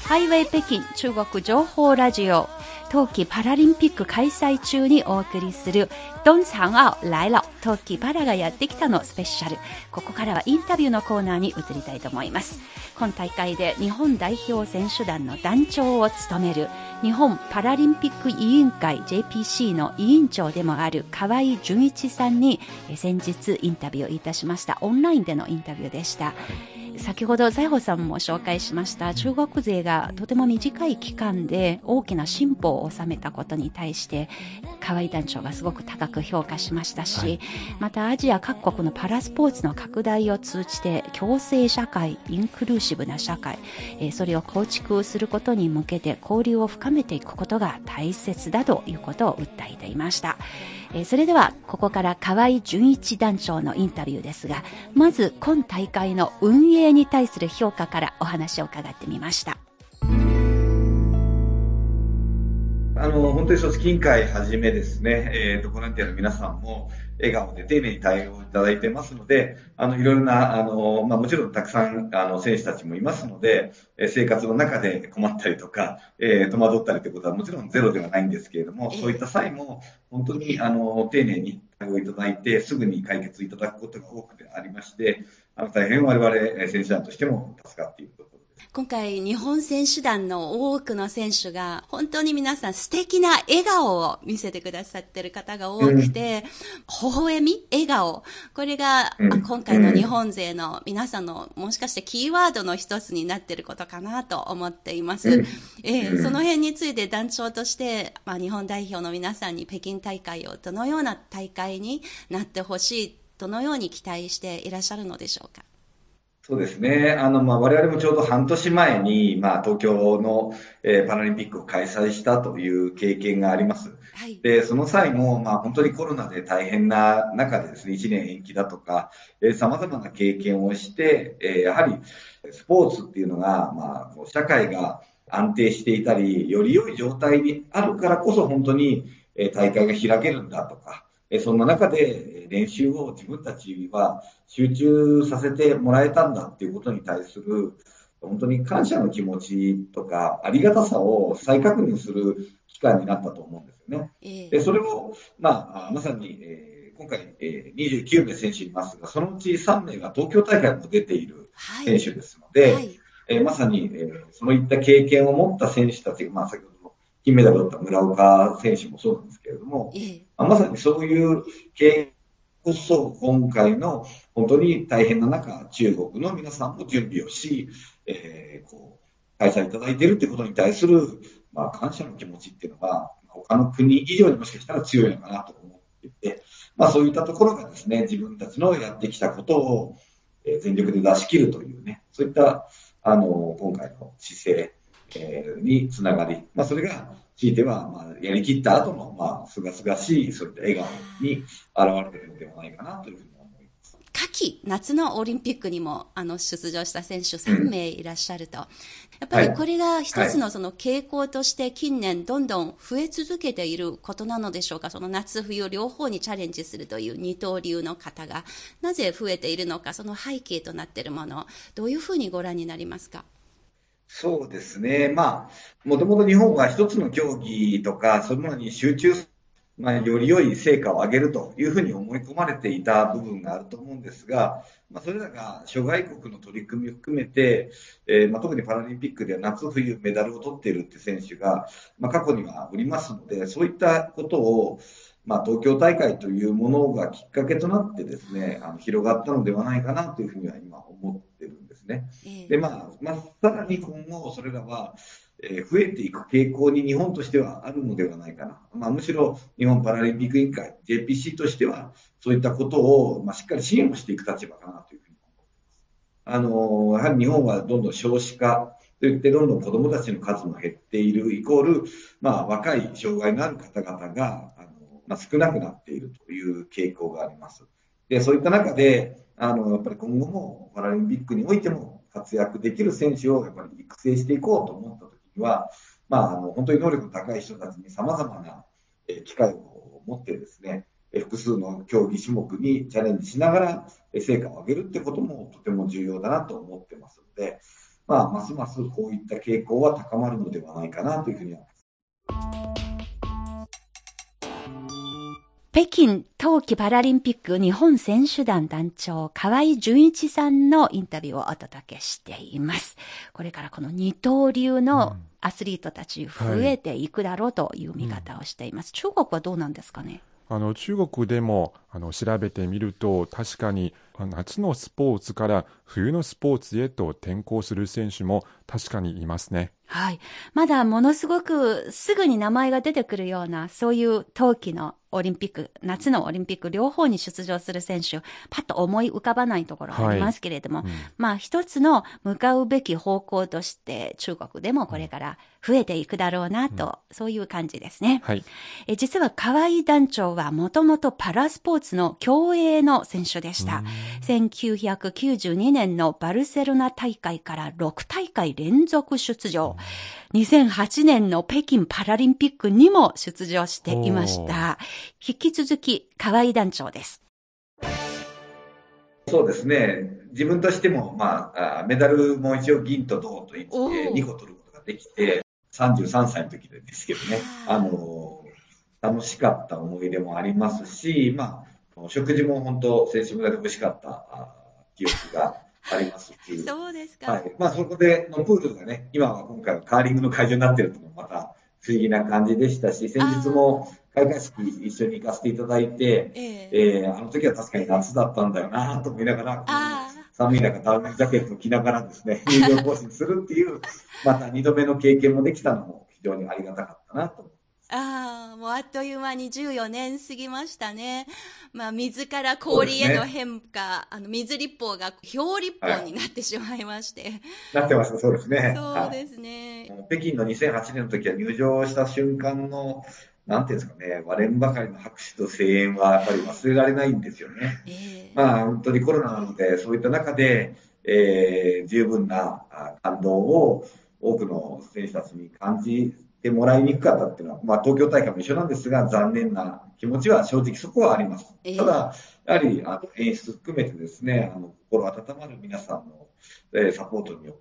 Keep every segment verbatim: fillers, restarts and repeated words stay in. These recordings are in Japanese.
ハイウェイ北京中国情報ラジオ、冬季パラリンピック開催中にお送りする冬残奥来了、冬季パラがやってきたのスペシャル。ここからはインタビューのコーナーに移りたいと思います。今大会で日本代表選手団の団長を務める日本パラリンピック委員会 ジェーピーシー の委員長でもある河合純一さんに先日インタビューをいたしました。オンラインでのインタビューでした。先ほど財宝さんも紹介しました中国勢がとても短い期間で大きな進歩を収めたことに対して河合団長がすごく高く評価しましたし、はい、またアジア各国のパラスポーツの拡大を通じて共生社会、インクルーシブな社会、えー、それを構築することに向けて交流を深めていくことが大切だということを訴えていました。えー、それではここから河合純一団長のインタビューですが、まず今大会の運営に対する評価からお話を伺ってみました。 あの本当に組織委員会はじめですね、えーと、ボランティアの皆さんも笑顔で丁寧に対応いただいてますので、あのいろいろなあの、まあ、もちろんたくさんあの選手たちもいますので、えー、生活の中で困ったりとか、えー、戸惑ったりということはもちろんゼロではないんですけれども、そういった際も本当にあの丁寧に対応いただいてすぐに解決いただくことが多くありまして、あの大変我々選手団としても助かっているところ。 今回日本選手団の多くの選手が本当に皆さん素敵な笑顔を見せてくださっている方が多くて、うん、微笑み、笑顔、これが、うん、今回の日本勢の皆さんのもしかしてキーワードの一つになっていることかなと思っています。うん、えー、その辺について団長として、まあ、日本代表の皆さんに北京大会をどのような大会になってほしい、どのように期待していらっしゃるのでしょうか。 そうですね。あの、まあ、我々もちょうど半年前に、まあ、東京の、えー、パラリンピックを開催したという経験があります。はい、で、その際も、まあ、本当にコロナで大変な中でですね、いちねん延期だとか、えー、様々な経験をして、えー、やはり、スポーツっていうのが、まあ、社会が安定していたり、より良い状態にあるからこそ、本当に、えー、大会が開けるんだとか、そんな中で練習を自分たちは集中させてもらえたんだっていうことに対する本当に感謝の気持ちとかありがたさを再確認する期間になったと思うんですよね。で、それを、まあ、まさに、えー、今回、えー、にじゅうきゅうめい選手いますが、そのうちさんめいが東京大会も出ている選手ですので、はいはい、えー、まさに、えー、そういった経験を持った選手たちが、まあ、先ほど金メダルだった村岡選手もそうなんですけれども、ええ、まさにそういう経験こそ今回の本当に大変な中、中国の皆さんも準備をし、えー、こう開催いただいているということに対する、まあ、感謝の気持ちっていうのが他の国以上にもしかしたら強いのかなと思っていて、まあ、そういったところがですね、自分たちのやってきたことを全力で出し切るというね、そういったあの今回の姿勢につながり、まあ、それが強いては、まあ、やりきった後の、まあ、すがすがしい、そういった笑顔に現れているのではないかなというふうに思います。 夏季、夏のオリンピックにも、あの、出場した選手さんめいいらっしゃると。やっぱりこれが一つのその傾向として近年どんどん増え続けていることなのでしょうか。その夏冬両方にチャレンジするという二刀流の方が、なぜ増えているのか、その背景となっているもの、どういうふうにご覧になりますか。 そうですね。まあ、もともと日本は一つの競技とか、そういうものに集中、まあ、より良い成果を上げるというふうに思い込まれていた部分があると思うんですが、まあ、それらが諸外国の取り組みを含めて、えーまあ、特にパラリンピックでは夏冬メダルを取っているって選手が、まあ、過去にはおりますので、そういったことを、まあ、東京大会というものがきっかけとなってですね、あの広がったのではないかなというふうには今思っているんですね。で、まあ、まあ、さらに今後それらは、えー、増えていく傾向に日本としてはあるのではないかな。まあ、むしろ日本パラリンピック委員会 ジェーピーシー としてはそういったことを、まあ、しっかり支援をしていく立場かなというふうに思います。あのやはり日本はどんどん少子化といってどんどん子どもたちの数も減っているイコール、まあ、若い障害のある方々があの、まあ、少なくなっているという傾向があります。で、そういった中であのやっぱり今後もパラリンピックにおいても活躍できる選手をやっぱり育成していこうと思ったときには、まあ、あの本当に能力の高い人たちに様々な機会を持ってですね、複数の競技種目にチャレンジしながら成果を上げるってこともとても重要だなと思ってますので、 まあ、ますますこういった傾向は高まるのではないかなというふうに思います。 北京冬季パラリンピック日本選手団団長、河合純一さんのインタビューをお届けしています。これからこの二刀流のアスリートたち増えていくだろうという見方をしています。はい、中国はどうなんですかね。 あの中国でもあの調べてみると、確かに夏のスポーツから冬のスポーツへと転向する選手も確かにいますね。 はい。まだものすごくすぐに名前が出てくるような、そういう冬季のオリンピック、夏のオリンピック両方に出場する選手、パッと思い浮かばないところがありますけれども、はいうん、まあ一つの向かうべき方向として中国でもこれから増えていくだろうなと、うん、そういう感じですね。はい、え実は河合団長はもともとパラスポーツの競泳の選手でした。せんきゅうひゃくきゅうじゅうにねんのバルセロナ大会からろくたいかい連続出場。にせんはちねんの北京パラリンピックにも出場していました。引き続き河合団長です。 そうですね。自分としても、まあ、メダルも一応銀と銅とにこ取ることができて、さんじゅうさんさいの時ですけどね、あの、楽しかった思い出もありますし、まあ、食事も本当、選手村で美味しかった記憶がありますし。 そうですか。 はい。まあ、そこでのプールがね、今は今回はカーリングの会場になっているというのもまた不思議な感じでしたし、先日も開会式一緒に行かせていただいて、えー、えー、あの時は確かに夏だったんだよなと思いながら、寒い中タオルジャケットを着ながらですね、入場行進するっていう、また二度目の経験もできたのも非常にありがたかったなと思います。 ああ、もうあっという間にじゅうよねん過ぎましたね。まあ、水から氷への変化、ね、あの、水立方が氷立方になってしまいまして。はい、 なってました、そうですね。 そうですね、 はい。北京のにせんはちねんの時は入場した瞬間の、なんていうんですかね、割れんばかりの拍手と声援はやっぱり忘れられないんですよね。えー、まあ、本当にコロナなので、そういった中で、えー、十分な感動を多くの選手たちに感じてもらいにくかったっていうのは、まあ、東京大会も一緒なんですが、残念な気持ちは正直そこはあります。えー、ただ、やはりあの演出含めてですね、あの心温まる皆さんの、えー、サポートによって、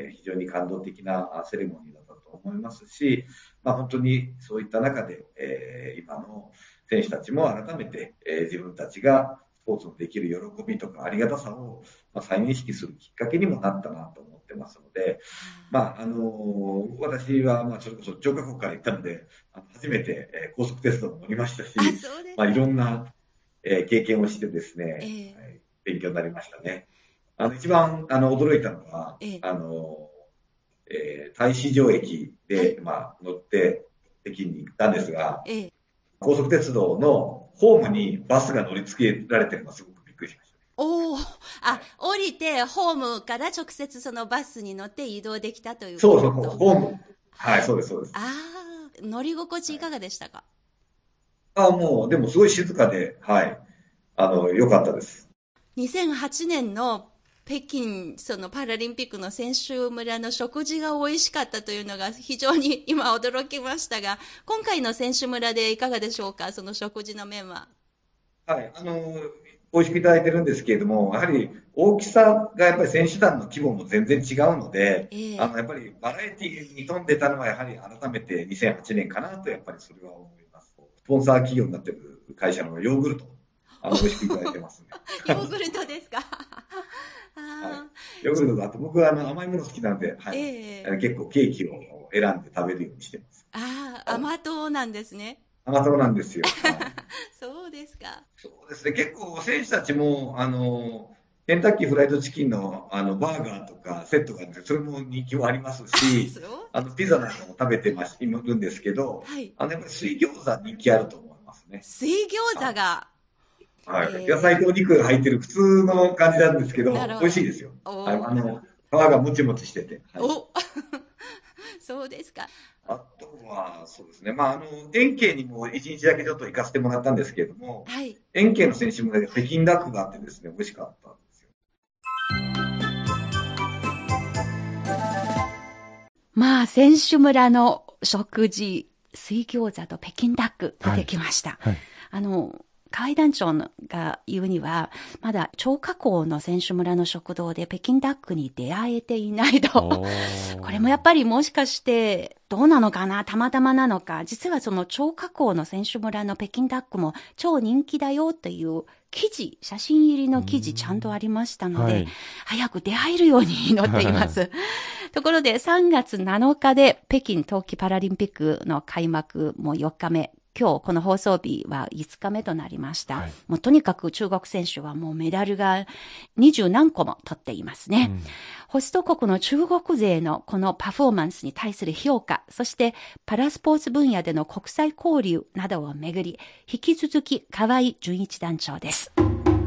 えー、非常に感動的なセレモニーだったと思いますし、まあ、本当にそういった中で、えー、今の選手たちも改めて、えー、自分たちがスポーツのできる喜びとかありがたさを、まあ、再認識するきっかけにもなったなと思ってますので、まあ、あのー、私は、まあ、それこそ張家口から行ったので、初めて、えー、高速鉄道も乗りましたし、まあ、いろんな、えー、経験をしてですね、えーはい、勉強になりましたね。あの、一番、あの、驚いたのは、えー、あの、えー、太子城駅で、はい、まあ、乗って北京に行ったんですが、えー、高速鉄道のホームにバスが乗り付けられてるのがすごくびっくりしました。 おお、あ、降りてホームから直接そのバスに乗って移動できたということ。そうそう、ホーム。はい、そうです、そうです。 ああ、乗り心地いかがでしたか？ はい、あもう、でもすごい静かで、はい、あの、良かったです。 にせんはちねんの北京そのパラリンピックの選手村の食事が美味しかったというのが非常に今驚きましたが、今回の選手村でいかがでしょうか、その食事の面は。 はい、あの、美味しくいただいてるんですけれども、やはり大きさがやっぱり選手団の規模も全然違うので、えー、あの、やっぱりバラエティに富んでたのはやはり改めてにせんはちねんかなと、やっぱりそれは思います。スポンサー企業になっている会社のヨーグルト、あの、美味しくいただいてますね。 ヨーグルトですか？ はい、ヨーグルトだと僕はあの甘いもの好きなんで、はい、えー、結構ケーキを選んで食べるようにしてます。 ああ、甘党なんですね。 甘党なんですよ。はい、 そうですか。 そうですね。結構選手たちもあのケンタッキーフライドチキンのあのバーガーとかセットがあるんで、それも人気もありますし、あのピザなんかも食べてますいるんですけど、はい、あのやっぱり水餃子人気あると思いますね。 水餃子が。 はい、野菜とお肉が入ってる普通の感じなんですけど、美味しいですよ。はい、あの皮がもちもちしてて。はい、おそうですか。 あとは、そうですね。まあ、あの、円形にも一日だけちょっと行かせてもらったんですけれども、はい、円形の選手村で北京ダックがあってですね、美味しかったんですよ。 まあ、選手村の食事、水餃子と北京ダック出てきました。はいはい、あの、 河合団長が言うには、まだ張家口の選手村の食堂で北京ダックに出会えていないと。これもやっぱりもしかしてどうなのかな、たまたまなのか。実はその張家口の選手村の北京ダックも超人気だよっていう記事、写真入りの記事ちゃんとありましたので、はい、早く出会えるように祈っています。ところでさんがつなのかで北京冬季パラリンピックの開幕もよっかめ。今日この放送日はいつかめとなりました。はい、もうとにかく中国選手はもうメダルがにじゅうなんこも取っていますね。うん、ホスト国の中国勢のこのパフォーマンスに対する評価、そしてパラスポーツ分野での国際交流などをめぐり、引き続き河合純一団長です。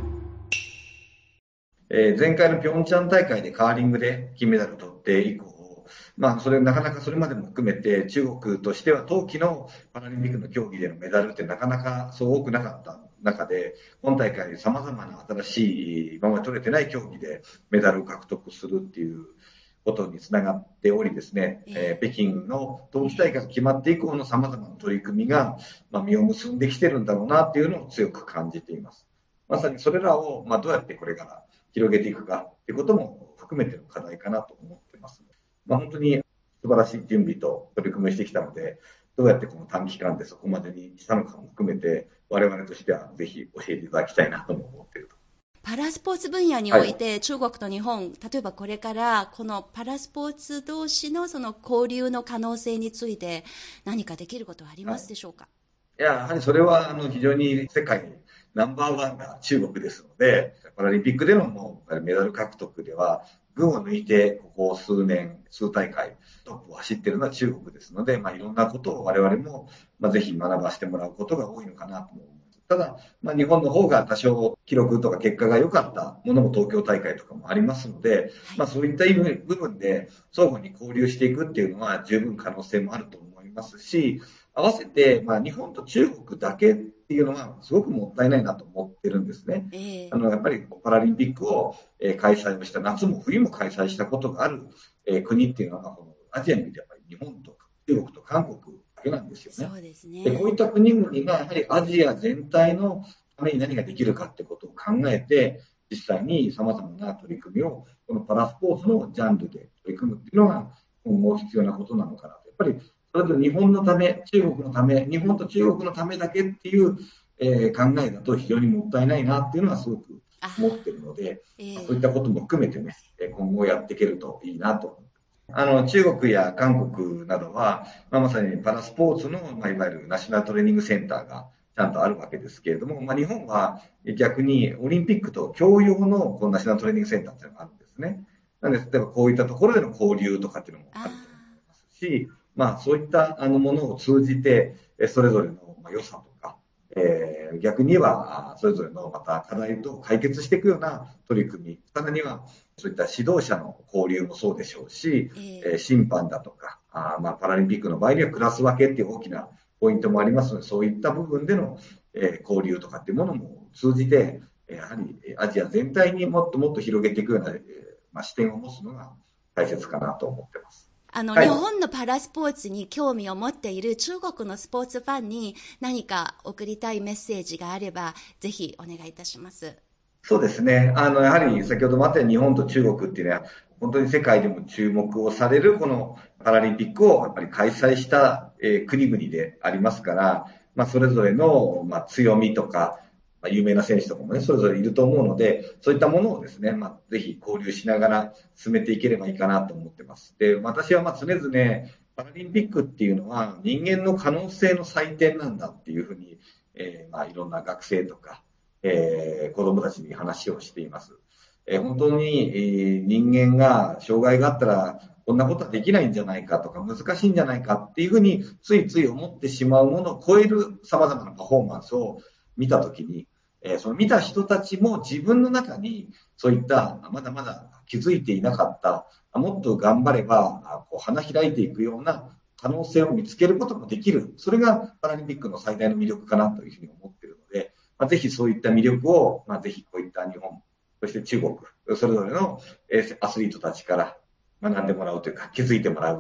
えー、前回のピョンチャン大会でカーリングで金メダルを取って以降、まあ、それなかなかそれまでも含めて中国としては冬季のパラリンピックの競技でのメダルってなかなかそう多くなかった中で、今大会様々な新しい今まで取れてない競技でメダルを獲得するっていうことにつながっておりですね、えー、北京の冬季大会が決まって以降の様々な取り組みが、まあ、実を結んできてるんだろうなっていうのを強く感じています。まさにそれらを、まあ、どうやってこれから広げていくかっていうことも含めての課題かなと思っています。まあ、本当に素晴らしい準備と取り組みをしてきたので、どうやってこの短期間でそこまでにしたのかも含めて、我々としてはぜひ教えていただきたいなとも思っていると。 パラスポーツ分野において、はい、中国と日本、例えばこれからこのパラスポーツ同士のその交流の可能性について何かできることはありますでしょうか。はい、いや、やはりそれはあの非常に世界ナンバーワンが中国ですので、パラリンピックでのもうメダル獲得では群を抜いてここ数年、数大会トップを走っているのは中国ですので、まあ、いろんなことを我々も、まあ、ぜひ学ばせてもらうことが多いのかなと思います。ただ、まあ、日本の方が多少記録とか結果が良かったものも東京大会とかもありますので、まあ、そういった部分で相互に交流していくっていうのは十分可能性もあると思いますし、合わせて、まあ、日本と中国だけっていうのはすごくもったいないなと思ってるんですね。えー、あのやっぱりパラリンピックを、えー、開催をした夏も冬も開催したことがある、えー、国っていうのはこのアジアに見てやっぱり日本と中国と韓国だけなんですよね。 そうですね。 でこういった国々がやはりアジア全体のために何ができるかってことを考えて、実際に様々な取り組みをこのパラスポーツのジャンルで取り組むっていうのが今後必要なことなのかなと。やっぱりそれと日本のため、中国のため、日本と中国のためだけっていう、えー、考えだと非常にもったいないなっていうのはすごく思っているので、えー、そういったことも含めてね、今後やっていけるといいなと。あの、中国や韓国などは、まあ、まさにパラスポーツの、まあ、いわゆるナショナルトレーニングセンターがちゃんとあるわけですけれども、まあ、日本は逆にオリンピックと共用のこのナショナルトレーニングセンターっていうのがあるんですね。なので、例えばこういったところでの交流とかっていうのもあると思いますし、まあ、そういったあのものを通じて、それぞれの良さとか、えー、逆にはそれぞれのまた課題と解決していくような取り組み、さらにはそういった指導者の交流もそうでしょうし、えー、審判だとか、あまあパラリンピックの場合にはクラス分けっていう大きなポイントもありますので、そういった部分での、えー、交流とかっていうものも通じて、やはりアジア全体にもっともっと広げていくような、えーまあ、視点を持つのが大切かなと思っています。 あの、はい、日本のパラスポーツに興味を持っている中国のスポーツファンに何か送りたいメッセージがあれば、ぜひお願いいたします。 そうですね。あの、やはり先ほどもあったように日本と中国っていうのは、本当に世界でも注目をされるこのパラリンピックをやっぱり開催した、えー、国々でありますから、まあ、それぞれの、まあ、強みとか、まあ、有名な選手とかもね、それぞれいると思うので、そういったものをですね、まあ、ぜひ交流しながら進めていければいいかなと思ってます。で、私はまあ常々、パラリンピックっていうのは人間の可能性の祭典なんだっていうふうに、えー、まあいろんな学生とか、えー、子供たちに話をしています。えー、本当に、えー、人間が障害があったら、こんなことはできないんじゃないかとか、難しいんじゃないかっていうふうについつい思ってしまうものを超える様々なパフォーマンスを見たときに、えー、その見た人たちも自分の中にそういったまだまだ気づいていなかったもっと頑張ればこう花開いていくような可能性を見つけることもできる。それがパラリンピックの最大の魅力かなというふうに思っているので、まあ、ぜひそういった魅力を、まあ、ぜひこういった日本、そして中国、それぞれのアスリートたちから学んでもらうというか気づいてもらうと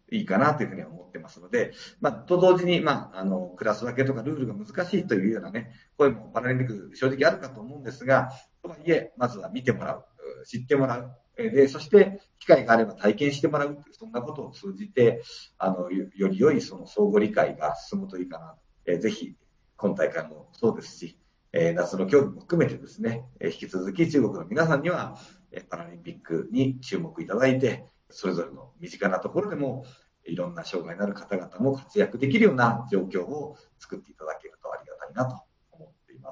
いいかなというふうに思ってますので、まあ、と同時に、まあ、あの、クラス分けとかルールが難しいというようなね、声もパラリンピック正直あるかと思うんですが、とはいえ、まずは見てもらう、知ってもらう、で、そして、機会があれば体験してもらう、そんなことを通じて、あの、より良いその相互理解が進むといいかな。えー、ぜひ、今大会もそうですし、えー、夏の競技も含めてですね、えー、引き続き中国の皆さんには、えー、パラリンピックに注目いただいて、それぞれの身近なところでも、いろんな障害のある方々も活躍できるような状況を作っていただけるとありがたいなと思っています。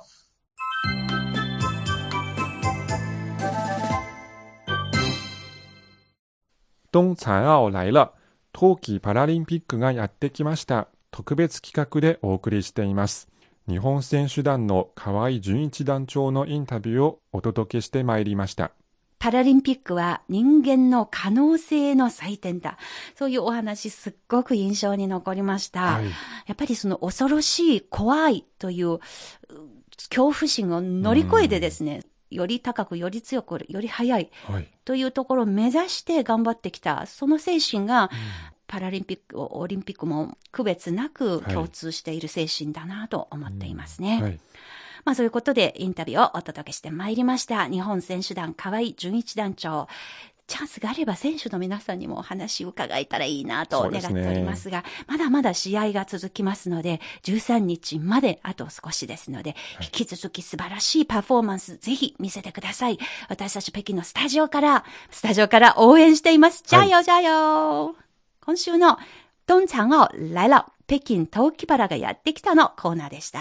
冬残奥来了。冬季パラリンピックがやってきました。特別企画でお送りしています。日本選手団の河合純一団長のインタビューをお届けしてまいりました。 パラリンピックは人間の可能性の祭典だ。そういうお話すっごく印象に残りました。はい、やっぱりその恐ろしい怖いという恐怖心を乗り越えてですね、より高くより強くより速いというところを目指して頑張ってきた、その精神がパラリンピック、オリンピックも区別なく共通している精神だなと思っていますね。はいはい、まあそういうことでインタビューをお届けしてまいりました。日本選手団河合純一団長。チャンスがあれば選手の皆さんにもお話を伺えたらいいなと願っておりますが、まだまだ試合が続きますので、じゅうさんにちまであと少しですので、引き続き素晴らしいパフォーマンス、ぜひ見せてください。私たち北京のスタジオから、スタジオから応援しています。加油加油！今週の冬残奥来了、北京冬季パラがやってきたのコーナーでした。